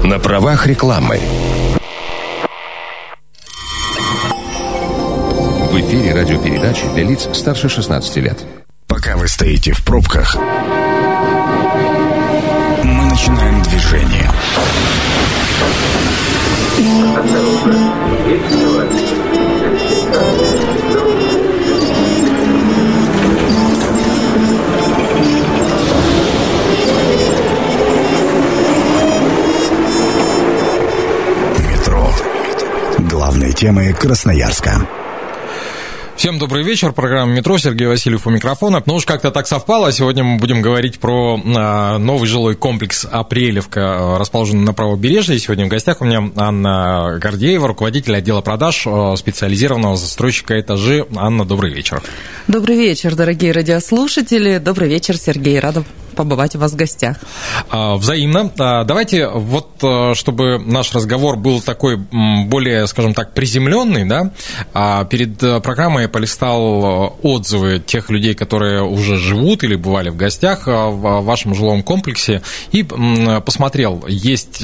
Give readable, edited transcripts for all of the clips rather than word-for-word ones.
На правах рекламы. В эфире радиопередачи для лиц старше 16 лет. Пока вы стоите в пробках, мы начинаем движение. Метро. Главные темы Красноярска. Всем добрый вечер, программа «Метро», Сергей Васильев у микрофона. Ну уж как-то так совпало, сегодня мы будем говорить про новый жилой комплекс «Апрелевка», расположенный на правобережье. Сегодня в гостях у меня Анна Гордеева, руководитель отдела продаж специализированного застройщика «Этажи». Анна, добрый вечер. Добрый вечер, дорогие радиослушатели. Добрый вечер, Сергей. Рада побывать у вас в гостях. Взаимно. Давайте вот, чтобы наш разговор был такой более, скажем так, приземленный, да, перед программой я полистал отзывы тех людей, которые уже живут или бывали в гостях в вашем жилом комплексе, и посмотрел, есть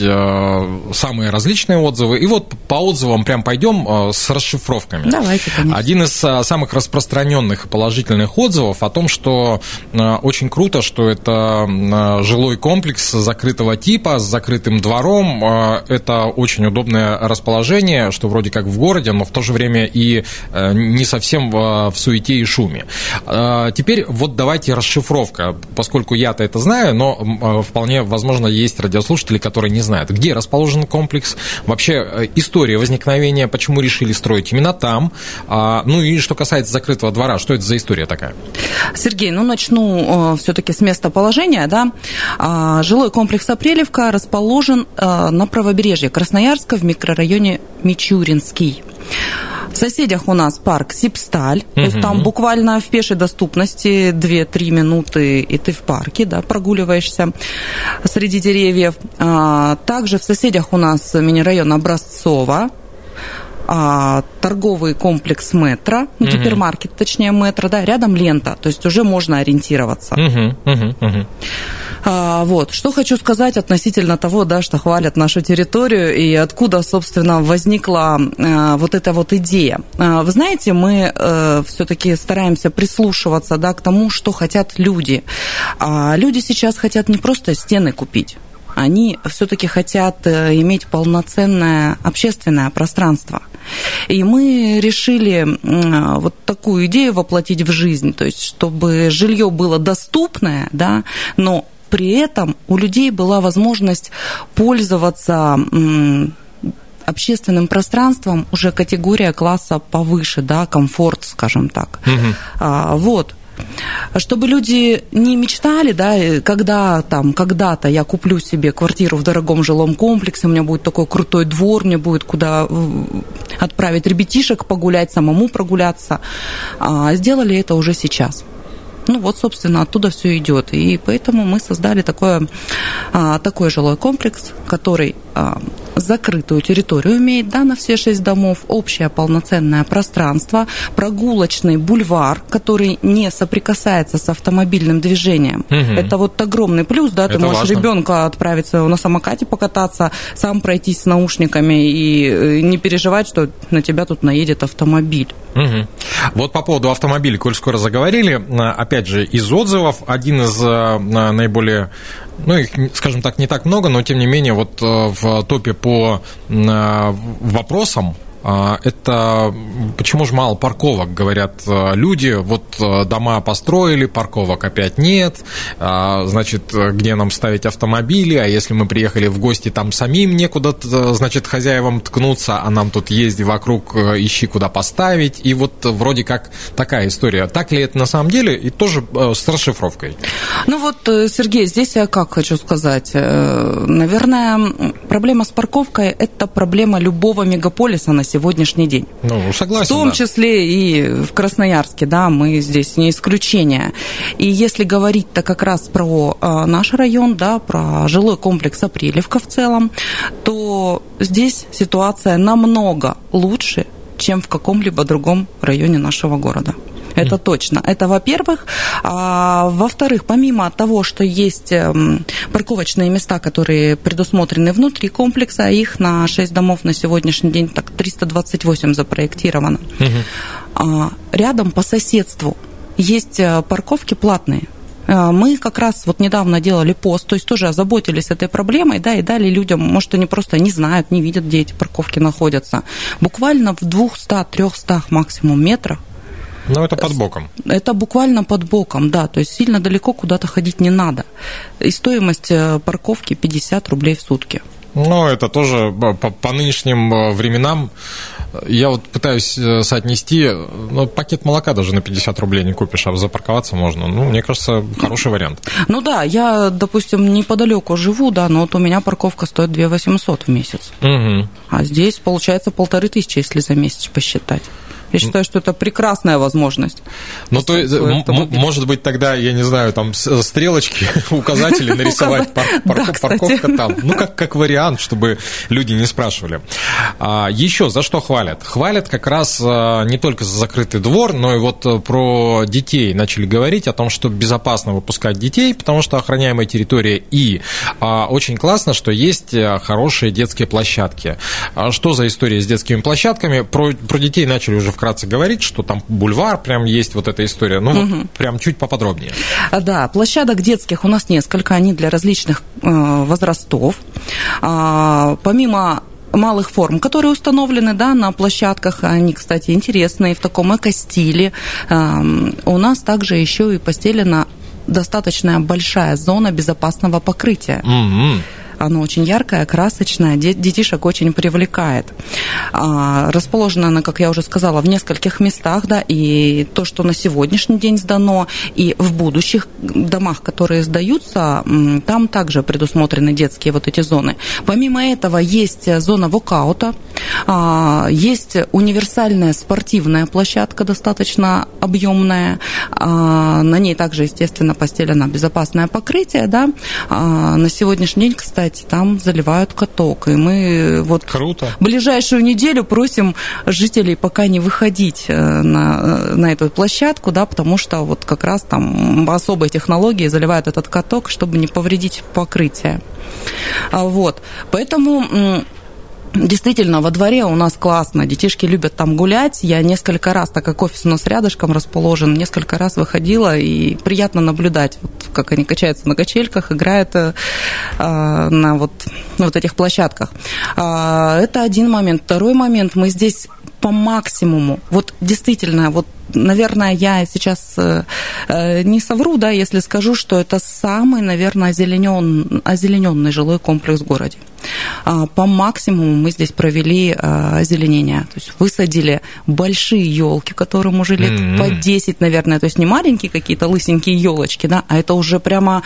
самые различные отзывы, и вот по отзывам прям пойдем с расшифровками. Давайте, конечно. Один из самых распространенных и положительных отзывов о том, что очень круто, что это жилой комплекс закрытого типа с закрытым двором. Это очень удобное расположение, что вроде как в городе, но в то же время и не совсем в суете и шуме. Теперь вот давайте расшифровка, поскольку я-то это знаю, но вполне возможно есть радиослушатели, которые не знают, где расположен комплекс, вообще история возникновения, почему решили строить именно там. Ну и что касается закрытого двора, что это за история такая? Сергей, начну все-таки с местоположения. Да? Жилой комплекс «Апрелевка» расположен на правобережье Красноярска в микрорайоне Мичуринский. В соседях у нас парк Сибсталь, то есть там буквально в пешей доступности 2-3 минуты, и ты в парке, да, прогуливаешься среди деревьев. Также в соседях у нас мини-район Образцово, торговый комплекс «Метро», гипермаркет, точнее, «Метро», да, рядом лента, то есть уже можно ориентироваться. Вот, что хочу сказать относительно того, да, что хвалят нашу территорию и откуда, собственно, возникла вот эта вот идея. Вы знаете, мы все-таки стараемся прислушиваться, да, к тому, что хотят люди. Люди сейчас хотят не просто стены купить, они все-таки хотят иметь полноценное общественное пространство. И мы решили вот такую идею воплотить в жизнь, то есть чтобы жилье было доступное, да, но при этом у людей была возможность пользоваться общественным пространством уже категория класса повыше, да, комфорт, скажем так. Вот. Чтобы люди не мечтали, да, когда-то я куплю себе квартиру в дорогом жилом комплексе, у меня будет такой крутой двор, мне будет куда отправить ребятишек погулять, самому прогуляться. Сделали это уже сейчас. Ну вот, собственно, оттуда все идет. И поэтому мы создали такой жилой комплекс, который закрытую территорию имеет, да, на все 6 домов, общее полноценное пространство, прогулочный бульвар, который не соприкасается с автомобильным движением. Это вот огромный плюс, да, ты можешь ребенка отправиться на самокате покататься, сам пройтись с наушниками и не переживать, что на тебя тут наедет автомобиль. Вот по поводу автомобилей, коль скоро заговорили, опять же, из отзывов, один из наиболее, ну, их, скажем так, не так много, но, тем не менее, вот в топе по вопросам, это почему же мало парковок, говорят люди, вот дома построили, парковок опять нет, значит, где нам ставить автомобили, а если мы приехали в гости, там самим некуда, значит, хозяевам ткнуться, а нам тут езди вокруг, ищи куда поставить, и вот вроде как такая история. Так ли это на самом деле? И тоже с расшифровкой. Ну вот, Сергей, здесь я как хочу сказать, наверное, проблема с парковкой – это проблема любого мегаполиса на сегодняшний день. Ну, согласен. В том числе и в Красноярске, да, мы здесь не исключение. И если говорить-то как раз про наш район, да, про жилой комплекс «Апрелевка» в целом, то здесь ситуация намного лучше, чем в каком-либо другом районе нашего города. Это точно. Это, во-первых. Во-вторых, помимо того, что есть парковочные места, которые предусмотрены внутри комплекса, их на 6 домов на сегодняшний день так 328 запроектировано. Рядом по соседству есть парковки платные. Мы как раз вот недавно делали пост, то есть тоже озаботились этой проблемой, да, и дали людям, может, они просто не знают, не видят, где эти парковки находятся. Буквально в 200-300 максимум метрах. Но это под боком. Это буквально под боком, да, то есть сильно далеко куда-то ходить не надо. И стоимость парковки 50 рублей в сутки. Ну, это тоже по нынешним временам. Я вот пытаюсь соотнести, пакет молока даже на 50 рублей не купишь, а запарковаться можно. Ну, мне кажется, хороший вариант. Ну да, я, допустим, неподалеку живу, да, но вот у меня парковка стоит 2 800 в месяц. А здесь получается 1500, если за месяц посчитать. Я считаю, что это прекрасная возможность. Ну, то есть, может быть, тогда, я не знаю, там стрелочки, указатели нарисовать, парковка там. Ну, как вариант, чтобы люди не спрашивали. Еще за что хвалят? Хвалят как раз не только за закрытый двор, но и вот про детей начали говорить, о том, что безопасно выпускать детей, потому что охраняемая территория, и очень классно, что есть хорошие детские площадки. Что за история с детскими площадками? Про детей начали уже вкратце говорить, что там бульвар, прям есть вот эта история. Ну, вот прям чуть поподробнее. Да, площадок детских у нас несколько, они для различных возрастов. Помимо малых форм, которые установлены, да, на площадках, они, кстати, интересные, в таком эко-стиле, у нас также еще и постелена достаточно большая зона безопасного покрытия. Оно очень яркое, красочное, детишек очень привлекает. Расположена она, как я уже сказала, в нескольких местах, да, и то, что на сегодняшний день сдано, и в будущих домах, которые сдаются, там также предусмотрены детские вот эти зоны. Помимо этого есть зона воркаута, есть универсальная спортивная площадка, достаточно объемная, на ней также, естественно, постелено безопасное покрытие, да. На сегодняшний день, кстати, там заливают каток, и мы вот Круто. Ближайшую неделю просим жителей пока не выходить на эту площадку, да, потому что вот как раз там особой технологией заливают этот каток, чтобы не повредить покрытие. Вот, поэтому... Действительно, во дворе у нас классно, детишки любят там гулять. Я несколько раз, так как офис у нас рядышком расположен, несколько раз выходила, и приятно наблюдать, вот, как они качаются на качельках, играют на вот этих площадках. Это один момент. Второй момент, мы здесь по максимуму, вот действительно, вот, наверное, я сейчас не совру, да, если скажу, что это самый, наверное, озелененный жилой комплекс в городе. По максимуму мы здесь провели озеленение, то есть высадили большие елки, которым уже лет по 10, наверное, то есть не маленькие какие-то лысенькие елочки, да, а это уже прямо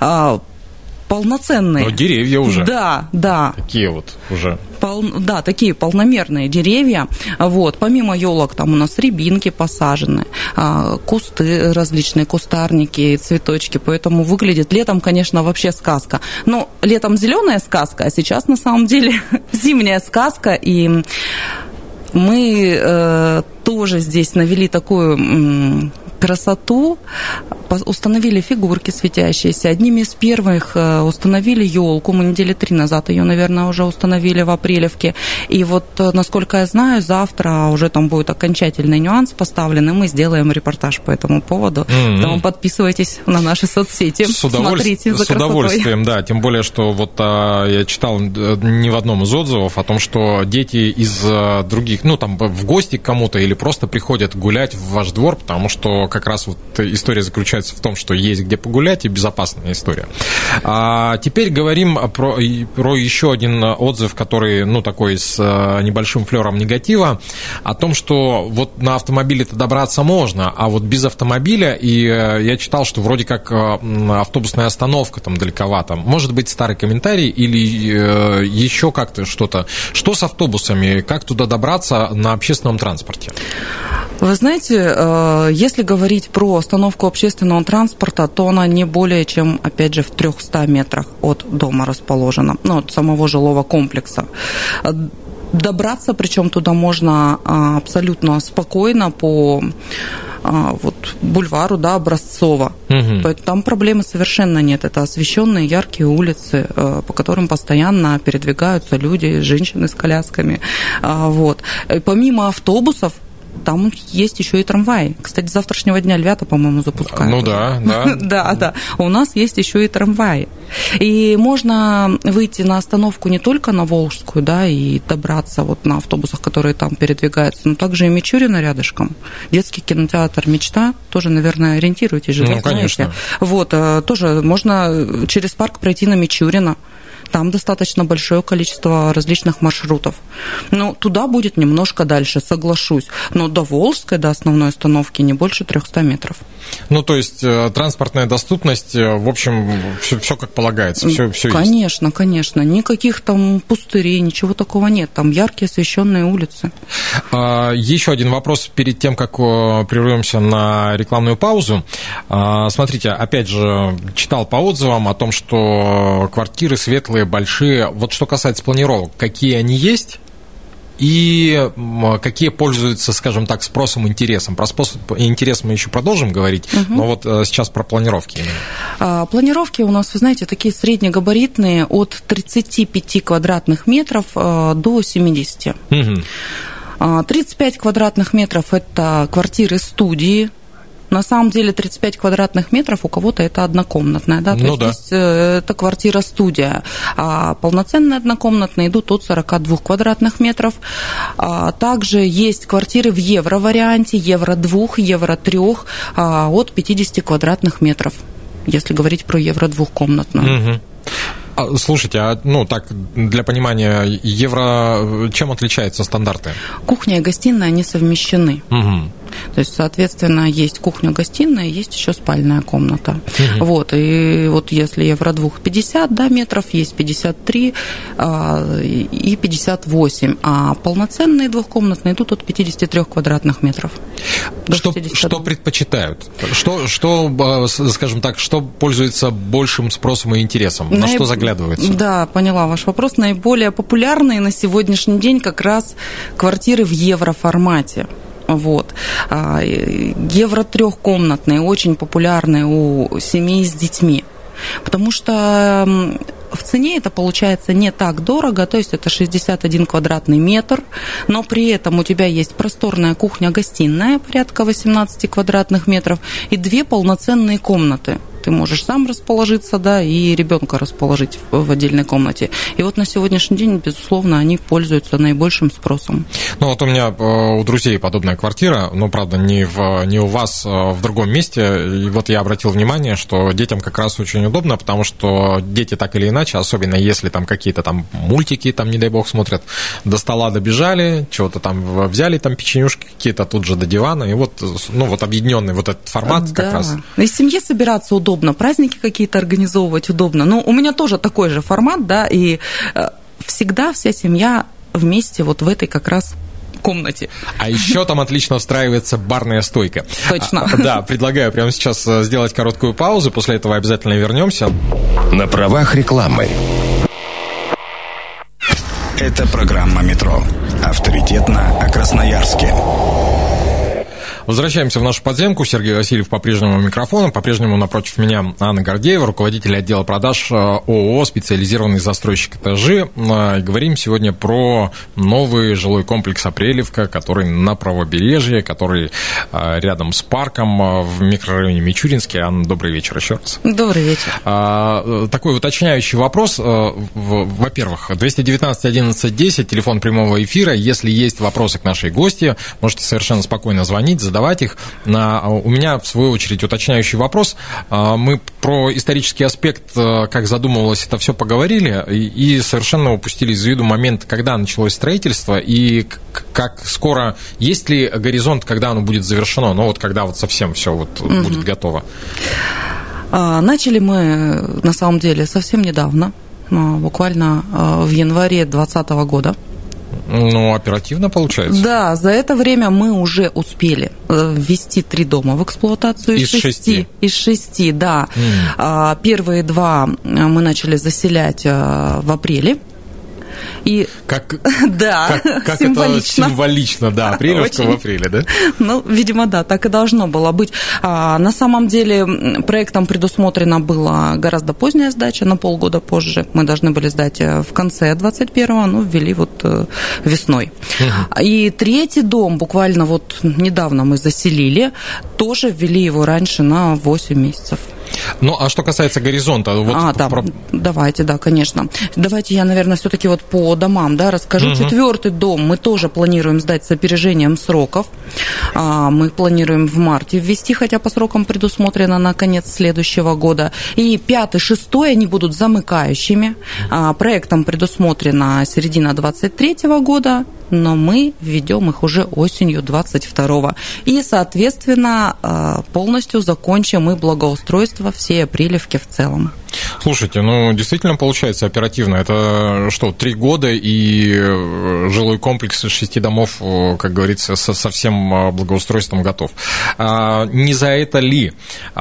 полноценные. Но деревья уже. Да. Такие вот уже. Да, такие полномерные деревья. Вот. Помимо елок там у нас рябинки посажены, кусты различные, кустарники, цветочки, поэтому выглядит летом, конечно, вообще сказка. Но летом зеленая сказка, а сейчас на самом деле зимняя сказка, и мы тоже здесь навели такую красоту, установили фигурки светящиеся. Одними из первых установили елку. Мы недели 3 назад ее, наверное, уже установили в Апрелевке. И вот, насколько я знаю, завтра уже там будет окончательный нюанс поставлен, и мы сделаем репортаж по этому поводу. Поэтому подписывайтесь на наши соцсети. Смотрите за красотой. С удовольствием, да. Тем более, что вот я читал не в одном из отзывов о том, что дети из других, ну, там, в гости к кому-то или просто приходят гулять в ваш двор, потому что как раз вот история заключается в том, что есть где погулять, и безопасная история. Теперь говорим про еще один отзыв, который, ну, такой с небольшим флером негатива, о том, что вот на автомобиле-то добраться можно, а вот без автомобиля, и я читал, что вроде как автобусная остановка там далековато. Может быть, старый комментарий или еще как-то что-то. Что с автобусами? Как туда добраться на общественном транспорте? Вы знаете, если говорить про остановку общественного транспорта, то она не более чем, опять же, в 300 метрах от дома расположена, ну, от самого жилого комплекса. Добраться, причем туда можно абсолютно спокойно по вот бульвару, да, Образцова. То есть там проблемы совершенно нет. Это освещенные яркие улицы, по которым постоянно передвигаются люди, женщины с колясками. Вот. И помимо автобусов, там есть еще и трамваи. Кстати, с завтрашнего дня Львята, по-моему, запускают. Ну да. Да. У нас есть еще и трамваи. И можно выйти на остановку не только на Волжскую, да, и добраться вот на автобусах, которые там передвигаются, но также и Мичурина рядышком. Детский кинотеатр «Мечта», тоже, наверное, ориентируетесь же. Ну, конечно. Вот, тоже можно через парк пройти на Мичурина. Там достаточно большое количество различных маршрутов. Но туда будет немножко дальше, соглашусь. Но до Волжской, до основной остановки, не больше 300 метров. Ну, то есть транспортная доступность, в общем, все как полагается, все конечно, есть. Конечно. Никаких там пустырей, ничего такого нет. Там яркие освещенные улицы. Еще один вопрос перед тем, как прервемся на рекламную паузу. Смотрите, опять же, читал по отзывам о том, что квартиры светлые, большие. Вот что касается планировок, какие они есть и какие пользуются, скажем так, спросом и интересом. Про способ и интерес мы еще продолжим говорить, но вот сейчас про планировки именно. Планировки у нас, вы знаете, такие среднегабаритные, от 35 квадратных метров до 70. 35 квадратных метров – это квартиры-студии. На самом деле 35 квадратных метров у кого-то это однокомнатная, да, то есть это квартира-студия, а полноценные однокомнатные идут от 42 квадратных метров. Также есть квартиры в евро-варианте, евро-2, евро-3 от 50 квадратных метров, если говорить про евро-двухкомнатную. Слушайте, ну так, для понимания, евро чем отличаются стандарты? Кухня и гостиная, они совмещены. То есть, соответственно, есть кухня-гостиная, есть еще спальная комната. Вот, и вот если евро-2 50, да, метров, есть 53 и 58, а полноценные двухкомнатные идут от 53 квадратных метров. Что предпочитают? Что, скажем так, что пользуется большим спросом и интересом? На что заглядываются? Да, поняла ваш вопрос. Наиболее популярные на сегодняшний день как раз квартиры в евроформате. Вот. Евро трехкомнатные, очень популярные у семей с детьми. Потому что в цене это получается не так дорого, то есть это 61 квадратный метр, но при этом у тебя есть просторная кухня-гостиная, порядка 18 квадратных метров, и 2 полноценные комнаты. Ты можешь сам расположиться, да, и ребенка расположить в отдельной комнате. И вот на сегодняшний день, безусловно, они пользуются наибольшим спросом. Ну вот у меня у друзей подобная квартира, но, правда, не у вас, в другом месте. И вот я обратил внимание, что детям как раз очень удобно, потому что дети так или иначе, особенно если там какие-то там мультики, там, не дай бог, смотрят, до стола добежали, чего-то там взяли, там печенюшки какие-то, тут же до дивана, и вот, ну вот объединенный вот этот формат как раз. И в семье собираться удобно. Праздники какие-то организовывать удобно. Ну, у меня тоже такой же формат, да, и всегда вся семья вместе вот в этой как раз комнате. А еще там отлично встраивается барная стойка. Точно. Да, предлагаю прямо сейчас сделать короткую паузу, после этого обязательно вернемся. На правах рекламы. Это программа «Метро». Авторитетно о Красноярске. Возвращаемся в нашу подземку. Сергей Васильев по-прежнему у микрофона. По-прежнему напротив меня Анна Гордеева, руководитель отдела продаж ООО «Специализированный застройщик этажи». И говорим сегодня про новый жилой комплекс «Апрелевка», который на правобережье, который рядом с парком в микрорайоне Мичуринский. Анна, добрый вечер еще раз. Добрый вечер. Такой уточняющий вопрос. Во-первых, 219 11 10, телефон прямого эфира. Если есть вопросы к нашей гости, можете совершенно спокойно звонить, задавать их. У меня, в свою очередь, уточняющий вопрос. Мы про исторический аспект, как задумывалось, это все поговорили, и совершенно упустили из виду момент, когда началось строительство, и как скоро, есть ли горизонт, когда оно будет завершено, ну вот когда вот совсем все вот будет готово. Начали мы, на самом деле, совсем недавно, буквально в январе 2020 года. Ну, оперативно получается. Да, за это время мы уже успели ввести 3 дома в эксплуатацию из 6. Из 6, да. Первые 2 мы начали заселять в апреле. И... Как символично. Это символично, да, апрелевка в апреле, да? Ну, видимо, да, так и должно было быть. На самом деле проектом предусмотрена была гораздо поздняя сдача, на полгода позже. Мы должны были сдать в конце 21-го, ну, ввели вот весной. И третий дом буквально вот недавно мы заселили, тоже ввели его раньше на 8 месяцев. Ну, а что касается горизонта? Вот да, давайте, да, конечно. Давайте я, наверное, все-таки вот по домам, да, расскажу. Четвертый дом мы тоже планируем сдать с опережением сроков. Мы планируем в марте ввести, хотя по срокам предусмотрено на конец следующего года. И 5-й, 6-й, они будут замыкающими. Проектом предусмотрена середина 23-го года, но мы введем их уже осенью 22-го. И, соответственно, полностью закончим и благоустройство всей Апрелевки в целом. Слушайте, ну, действительно получается оперативно. Это что, 3 года и жилой комплекс из 6 домов, как говорится, со всем благоустройством готов. Не за это ли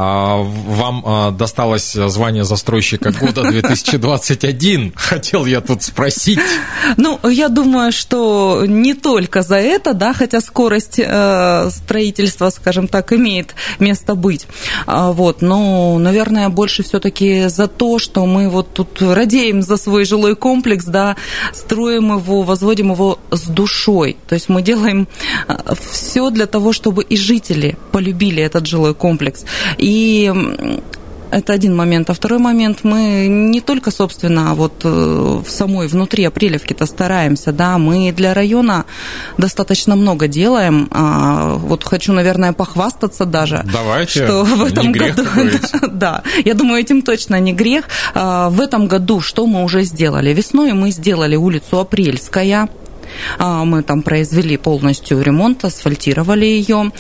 вам досталось звание застройщика года 2021? Хотел я тут спросить. Ну, я думаю, что не только за это, да, хотя скорость строительства, скажем так, имеет место быть. Вот, но, наверное, больше все-таки за то, что мы вот тут радеем за свой жилой комплекс, да, строим его, возводим его с душой. То есть мы делаем все для того, чтобы и жители полюбили этот жилой комплекс. И это один момент. А второй момент, мы не только, собственно, вот в самой внутри Апрелевки-то стараемся, да, мы для района достаточно много делаем. Вот хочу, наверное, похвастаться даже. Давайте, что в этом не грех, году, да, я думаю, этим точно не грех. В этом году что мы уже сделали? Весной мы сделали улицу Апрельская. Мы там произвели полностью ремонт, асфальтировали ее.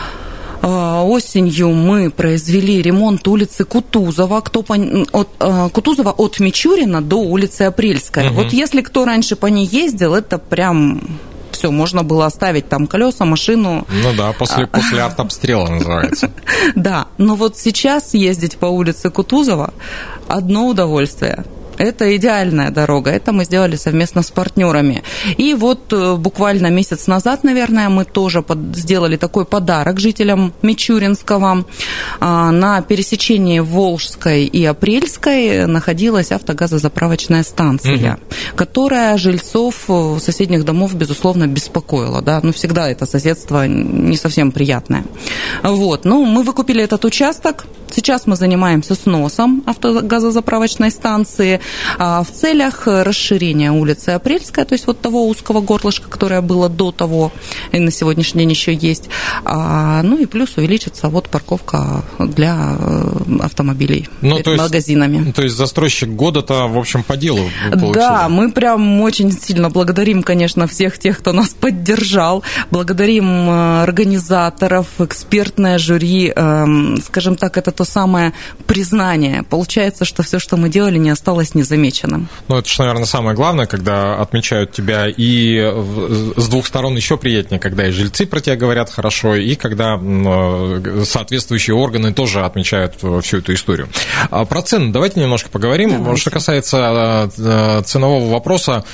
Осенью мы произвели ремонт улицы Кутузова, Кутузова от Мичурина до улицы Апрельская. Вот если кто раньше по ней ездил, это прям все, можно было оставить там колеса, машину. Ну да, после артобстрела называется. Да, но вот сейчас ездить по улице Кутузова одно удовольствие. Это идеальная дорога, это мы сделали совместно с партнерами. И вот буквально месяц назад, наверное, мы тоже сделали такой подарок жителям Мичуринского. На пересечении Волжской и Апрельской находилась автогазозаправочная станция, которая жильцов соседних домов, безусловно, беспокоила. Да? Ну, всегда это соседство не совсем приятное. Вот. Ну, мы выкупили этот участок. Сейчас мы занимаемся сносом автогазозаправочной станции в целях расширения улицы Апрельская, то есть вот того узкого горлышка, которое было до того, и на сегодняшний день еще есть. Ну и плюс увеличится вот парковка для автомобилей перед магазинами. То есть застройщик года-то, в общем, по делу получили. Да, мы прям очень сильно благодарим, конечно, всех тех, кто нас поддержал, благодарим организаторов, экспертное жюри, скажем так, это то самое признание. Получается, что все, что мы делали, не осталось незамеченным. Ну, это же, наверное, самое главное, когда отмечают тебя, и с двух сторон еще приятнее, когда и жильцы про тебя говорят хорошо, и когда соответствующие органы тоже отмечают всю эту историю. Про цены давайте немножко поговорим. Давайте. Что касается ценового вопроса,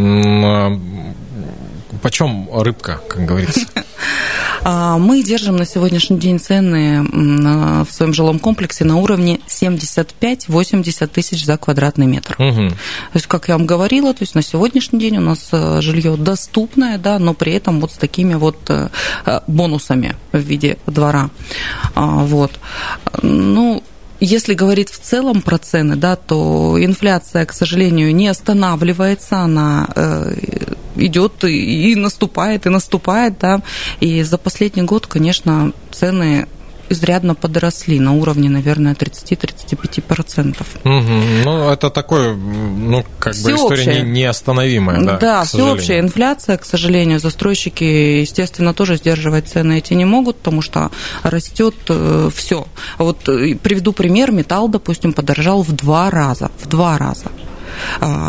почем рыбка, как говорится? Мы держим на сегодняшний день цены в своем жилом комплексе на уровне 75-80 тысяч за квадратный метр. То есть, как я вам говорила, то есть на сегодняшний день у нас жилье доступное, да, но при этом вот с такими вот бонусами в виде двора. Вот. Ну, если говорить в целом про цены, да, то инфляция, к сожалению, не останавливается, она идет и наступает, да, и за последний год, конечно, цены изрядно подросли на уровне, наверное, 30-35%. Ну, это такое, ну, как бы история неостановимая, да. Да, всеобщая инфляция, к сожалению, застройщики, естественно, тоже сдерживать цены эти не могут, потому что растет все. Вот приведу пример, металл, допустим, подорожал в 2 раза.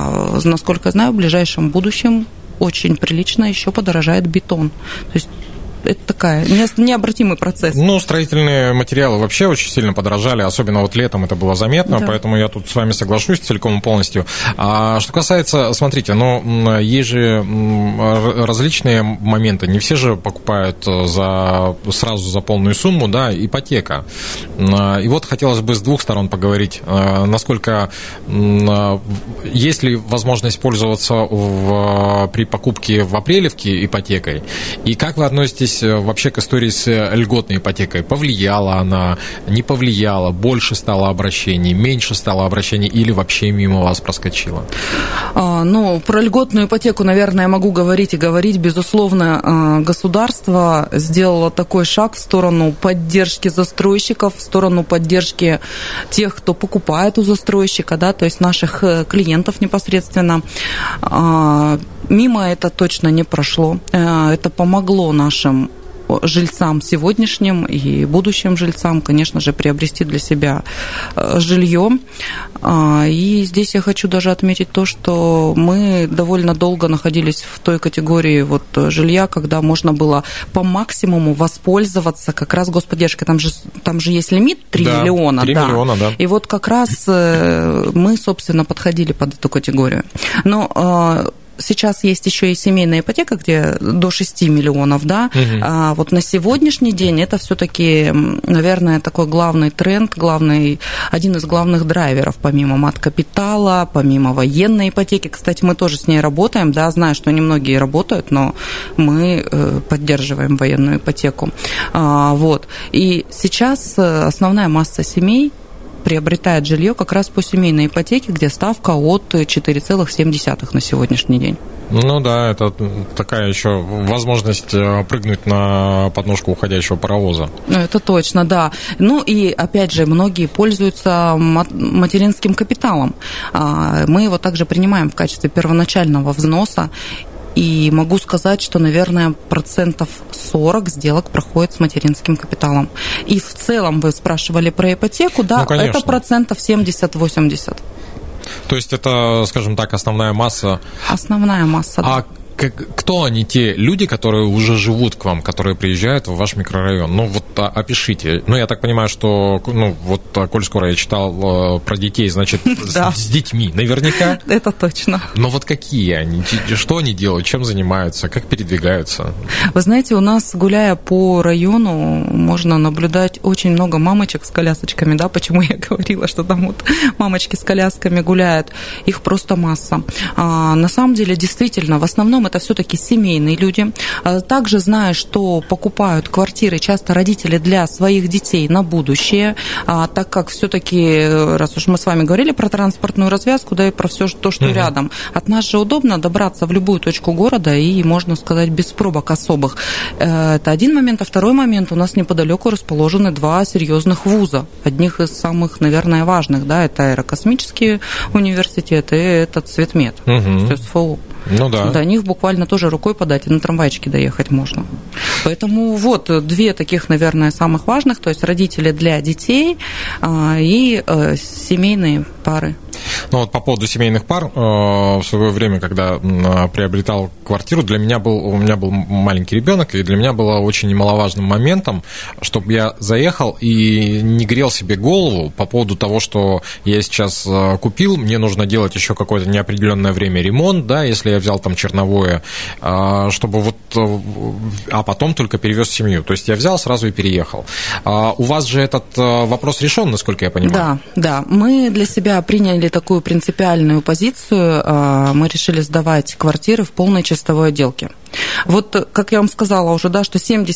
Насколько я знаю, в ближайшем будущем очень прилично еще подорожает бетон. То есть это такая необратимый процесс. Ну, строительные материалы вообще очень сильно подорожали, особенно вот летом это было заметно, поэтому я тут с вами соглашусь целиком и полностью. А что касается, смотрите, есть же различные моменты, не все же покупают сразу за полную сумму, да, ипотека. И вот хотелось бы с двух сторон поговорить, насколько есть ли возможность пользоваться при покупке в апрелевке ипотекой, и как вы относитесь вообще к истории с льготной ипотекой? Повлияла она, не повлияла, больше стало обращений, меньше стало обращений или вообще мимо вас проскочила? Про льготную ипотеку, наверное, я могу говорить и говорить. Безусловно, государство сделало такой шаг в сторону поддержки застройщиков, в сторону поддержки тех, кто покупает у застройщика, да, то есть наших клиентов непосредственно. Мимо это точно не прошло. Это помогло нашим жильцам сегодняшним и будущим жильцам, конечно же, приобрести для себя жилье. И здесь я хочу даже отметить то, что мы довольно долго находились в той категории вот жилья, когда можно было по максимуму воспользоваться как раз господдержкой. Там же есть лимит 3 миллиона. 3 миллиона, да. И вот как раз мы, собственно, подходили под эту категорию. Но сейчас есть еще и семейная ипотека, где до 6 миллионов, да. А вот на сегодняшний день это все-таки, наверное, такой главный тренд, один из главных драйверов, помимо мат-капитала, помимо военной ипотеки. Кстати, мы тоже с ней работаем, да, знаю, что немногие работают, но мы поддерживаем военную ипотеку. Вот. И сейчас основная масса семей приобретает жилье как раз по семейной ипотеке, где ставка от 4,7 на сегодняшний день. Ну да, это такая еще возможность прыгнуть на подножку уходящего паровоза. Это точно, да. Ну и, опять же, многие пользуются материнским капиталом. Мы его также принимаем в качестве первоначального взноса. И могу сказать, что, наверное, 40% сделок проходит с материнским капиталом. И в целом вы спрашивали про ипотеку, да, это 70-80%. То есть это, скажем так, основная масса? Основная масса, да. Кто они, те люди, которые уже живут к вам, которые приезжают в ваш микрорайон? Ну, вот опишите. Ну, я так понимаю, что, коль скоро я читал про детей, значит, с детьми наверняка. Это точно. Но вот какие они? Что они делают? Чем занимаются? Как передвигаются? Вы знаете, у нас, гуляя по району, можно наблюдать очень много мамочек с колясочками, да, почему я говорила, что там вот мамочки с колясками гуляют. Их просто масса. На самом деле, действительно, в основном это все-таки семейные люди. Также знаю, что покупают квартиры часто родители для своих детей на будущее, так как все-таки, раз уж мы с вами говорили про транспортную развязку, да, и про все то, что рядом, от нас же удобно добраться в любую точку города и, можно сказать, без пробок особых. Это один момент. А второй момент, у нас неподалеку расположены 2 серьезных вуза. Одних из самых, наверное, важных, да, это аэрокосмический университет и этот Цветмет, СФУ. Ну да. До них буквально тоже рукой подать, и на трамвайчике доехать можно. Поэтому вот 2 таких, наверное, самых важных, то есть родители для детей и семейные пары. Ну вот по поводу семейных пар, в свое время, когда приобретал квартиру, у меня был маленький ребенок, и для меня было очень немаловажным моментом, чтобы я заехал и не грел себе голову по поводу того, что я сейчас купил, мне нужно делать еще какое-то неопределенное время ремонт, да, если я взял там черновое, чтобы а потом только перевез семью. То есть я взял сразу и переехал. У вас же этот вопрос решен, насколько я понимаю? Да. Мы для себя приняли такую принципиальную позицию. Мы решили сдавать квартиры в полной чистовой отделке. Вот, как я вам сказала уже, да, что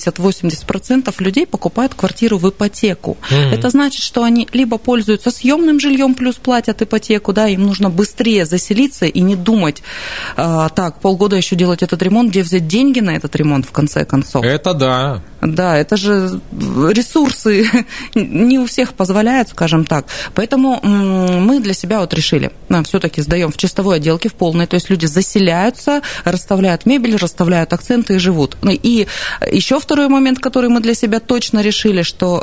70-80% людей покупают квартиру в ипотеку. Это значит, что они либо пользуются съемным жильем, плюс платят ипотеку, да, им нужно быстрее заселиться и не думать, так, полгода еще делать этот ремонт, где взять деньги на этот ремонт, в конце концов. Это да. Да, это же ресурсы не у всех позволяют, скажем так. Поэтому мы для себя вот решили, все-таки сдаем в чистовой отделке, в полной, то есть люди заселяются, расставляют мебель, расставляют акценты и живут. И еще второй момент, который мы для себя точно решили, что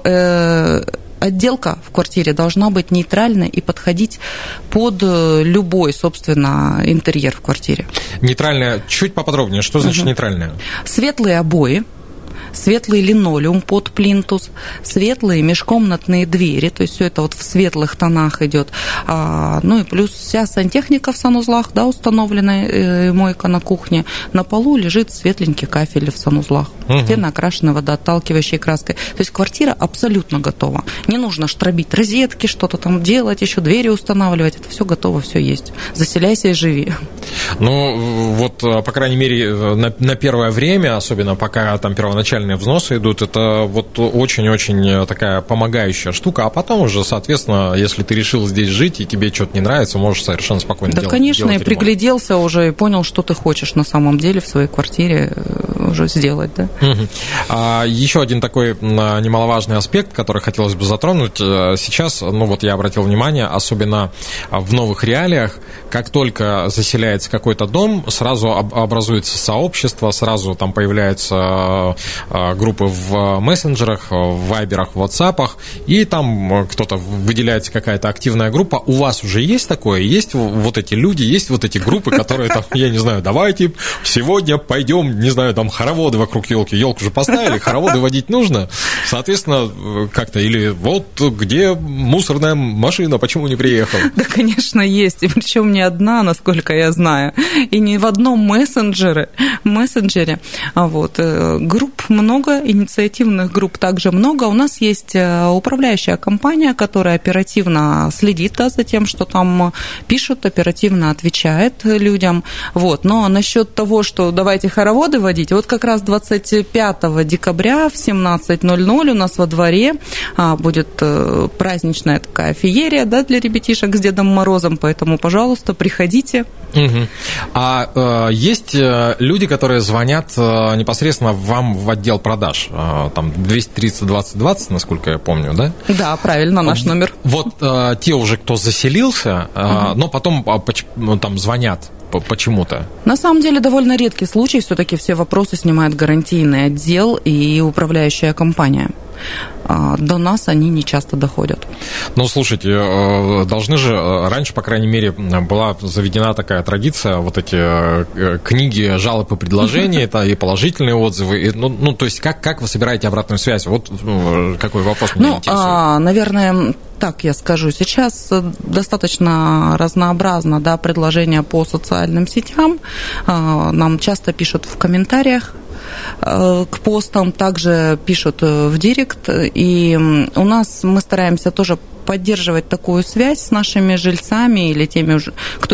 отделка в квартире должна быть нейтральной и подходить под любой, собственно, интерьер в квартире. Нейтральная, чуть поподробнее, что значит нейтральная? Светлые обои, светлый линолеум под плинтус, светлые межкомнатные двери, то есть все это вот в светлых тонах идет. Ну и плюс вся сантехника в санузлах, да, установленная, мойка на кухне. На полу лежит светленький кафель в санузлах. Стены окрашены водоотталкивающей краской. То есть квартира абсолютно готова. Не нужно штробить розетки, что-то там делать, еще двери устанавливать. Это все готово, все есть. Заселяйся и живи. Ну, вот, по крайней мере, на первое время, особенно пока там первоначальные взносы идут, это вот очень-очень такая помогающая штука, а потом уже, соответственно, если ты решил здесь жить и тебе что-то не нравится, можешь совершенно спокойно делать. Да, конечно, и пригляделся уже и понял, что ты хочешь на самом деле в своей квартире уже сделать, да. Еще один такой немаловажный аспект, который хотелось бы затронуть сейчас, ну вот я обратил внимание, особенно в новых реалиях, как только заселяется какой-то дом, сразу образуется сообщество, сразу там появляются группы в мессенджерах, в вайберах, в ватсапах, и там кто-то выделяется, какая-то активная группа. У вас уже есть такое? Есть вот эти люди, есть вот эти группы, которые там, я не знаю, давайте сегодня пойдем, не знаю, там хороводы вокруг елки. Елку же поставили, хороводы водить нужно. Соответственно, как-то, или вот где мусорная машина, почему не приехал? Да, конечно, есть. И причем не одна, насколько я знаю. И не в одном мессенджере. Вот. Групп много, инициативных групп также много. У нас есть управляющая компания, которая оперативно следит, да, за тем, что там пишут, оперативно отвечает людям. Вот. Но насчет того, что давайте хороводы водить, вот как раз 25 декабря в 17:00 у нас во дворе будет праздничная такая феерия, да, для ребятишек с Дедом Морозом, поэтому, пожалуйста, приходите. Угу. А есть люди, которые звонят непосредственно вам в отдел продаж, там 230-20-20, насколько я помню, да? Да, правильно, наш номер. Вот те уже, кто заселился, но потом там звонят почему-то. На самом деле довольно редкий случай, все-таки все вопросы снимает гарантийный отдел и управляющая компания. До нас они не часто доходят. Ну, слушайте, должны же, раньше, по крайней мере, была заведена такая традиция, вот эти книги жалоб и предложений, это и положительные отзывы, ну, то есть как вы собираете обратную связь? Вот какой вопрос меня интересует. Наверное, так я скажу, сейчас достаточно разнообразно, да, предложения по социальным сетям, нам часто пишут в комментариях к постам, также пишут в директ, и у нас мы стараемся тоже поддерживать такую связь с нашими жильцами или теми, кто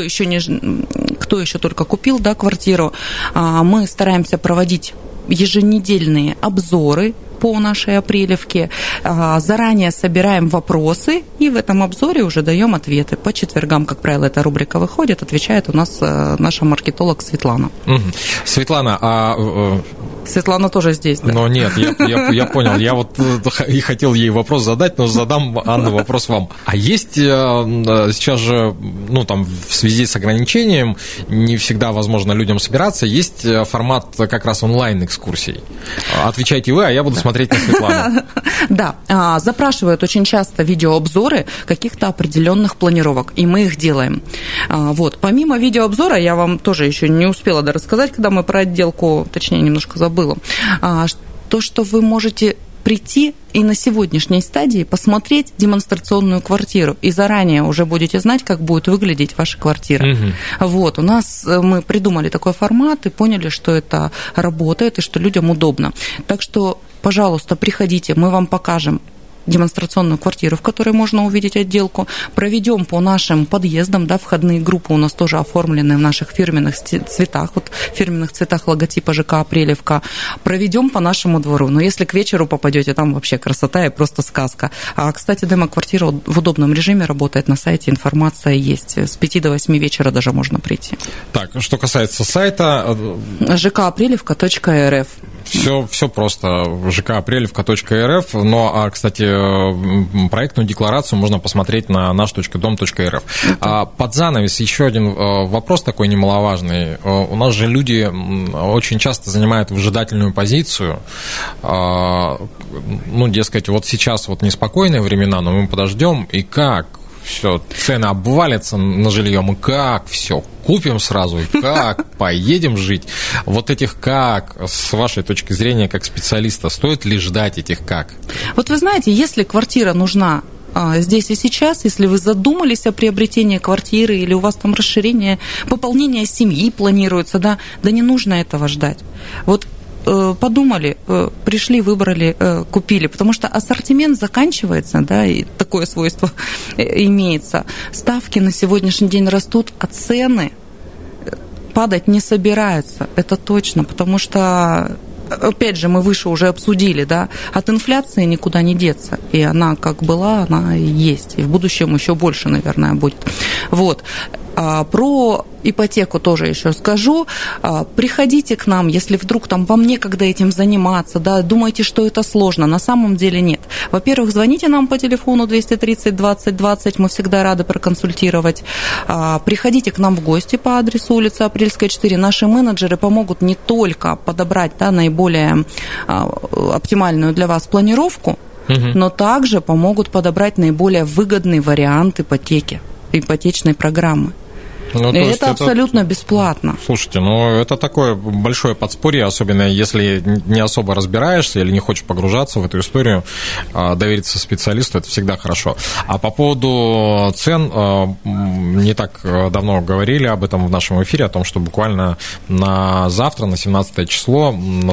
еще только купил, да, квартиру. Мы стараемся проводить еженедельные обзоры по нашей апрелевке, заранее собираем вопросы и в этом обзоре уже даем ответы. По четвергам, как правило, эта рубрика выходит, отвечает у нас наша маркетолог Светлана. Светлана, Светлана тоже здесь, да? Но нет, я понял. Я вот и хотел ей вопрос задать, но задам, Анна, вопрос вам. А есть сейчас же, ну, там, в связи с ограничением, не всегда возможно людям собираться, есть формат как раз онлайн-экскурсий. Отвечайте вы, а я буду смотреть на Светлану. Да, запрашивают очень часто видеообзоры каких-то определенных планировок, и мы их делаем. Вот, помимо видеообзора, я вам тоже еще не успела рассказать, когда мы про отделку, точнее, немножко забыла, то, что вы можете прийти и на сегодняшней стадии посмотреть демонстрационную квартиру, и заранее уже будете знать, как будет выглядеть ваша квартира. Угу. Вот, мы придумали такой формат и поняли, что это работает и что людям удобно. Так что, пожалуйста, приходите, мы вам покажем демонстрационную квартиру, в которой можно увидеть отделку, проведем по нашим подъездам, да, входные группы у нас тоже оформлены в наших фирменных цветах, вот в фирменных цветах логотипа ЖК «Апрелевка», проведем по нашему двору, но если к вечеру попадете, там вообще красота и просто сказка. Кстати, демо-квартира в удобном режиме работает на сайте, информация есть, с 5 до 8 вечера даже можно прийти. Так, что касается сайта... жкапрелевка.рф. Все просто, жкапрелевка.рф, кстати, проектную декларацию можно посмотреть на наш.дом.рф. Под занавес еще один вопрос такой немаловажный. У нас же люди очень часто занимают выжидательную позицию, ну, дескать, вот сейчас вот неспокойные времена, но мы подождем, и как? все, цены обвалятся на жилье, мы как все купим сразу, и как поедем жить. Вот этих как, с вашей точки зрения, как специалиста, стоит ли ждать этих как? Вот вы знаете, если квартира нужна здесь и сейчас, если вы задумались о приобретении квартиры или у вас там расширение, пополнение семьи планируется, да не нужно этого ждать. Вот подумали, пришли, выбрали, купили, потому что ассортимент заканчивается, да, и такое свойство имеется. Ставки на сегодняшний день растут, а цены падать не собираются, это точно, потому что, опять же, мы выше уже обсудили, да, от инфляции никуда не деться, и она как была, она и есть, и в будущем еще больше, наверное, будет. Вот. Про ипотеку тоже еще скажу. Приходите к нам, если вдруг там вам некогда этим заниматься, да, думаете, что это сложно. На самом деле нет. Во-первых, звоните нам по телефону 230 20 20, мы всегда рады проконсультировать. Приходите к нам в гости по адресу улица Апрельская, 4. Наши менеджеры помогут не только подобрать, да, наиболее оптимальную для вас планировку, но также помогут подобрать наиболее выгодный вариант ипотеки, ипотечной программы. Ну, и это абсолютно бесплатно. Слушайте, это такое большое подспорье, особенно если не особо разбираешься или не хочешь погружаться в эту историю, довериться специалисту, это всегда хорошо. А по поводу цен, не так давно говорили об этом в нашем эфире, о том, что буквально на завтра, на 17 число,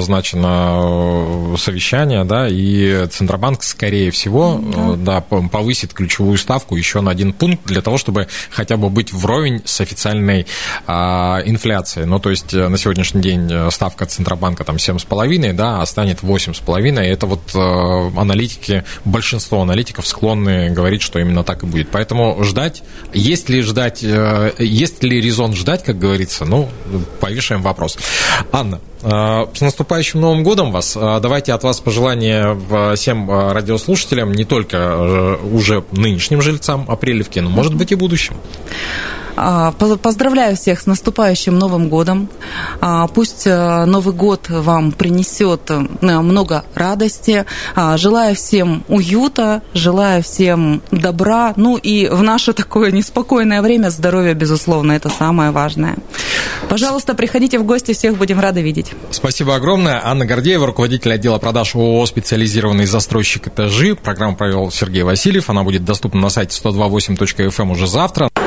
назначено совещание, да, и Центробанк, скорее всего, да, повысит ключевую ставку еще на 1 пункт для того, чтобы хотя бы быть вровень с официальной инфляцией. Ну, то есть на сегодняшний день ставка Центробанка там 7,5, да, а станет 8,5. И это вот аналитики, большинство аналитиков склонны говорить, что именно так и будет. Поэтому ждать, есть ли резон ждать, как говорится, повешаем вопрос. Анна, с наступающим Новым годом вас. Давайте от вас пожелания всем радиослушателям, не только уже нынешним жильцам Апрелевки, но, может быть, и будущим. Поздравляю всех с наступающим Новым годом. Пусть Новый год вам принесет много радости. Желаю всем уюта, желаю всем добра. И в наше такое неспокойное время здоровья, безусловно, это самое важное. Пожалуйста, приходите в гости, всех будем рады видеть. Спасибо огромное. Анна Гордеева, руководитель отдела продаж ООО «Специализированный застройщик Этажи». Программу провел Сергей Васильев. Она будет доступна на сайте 128.fm уже завтра.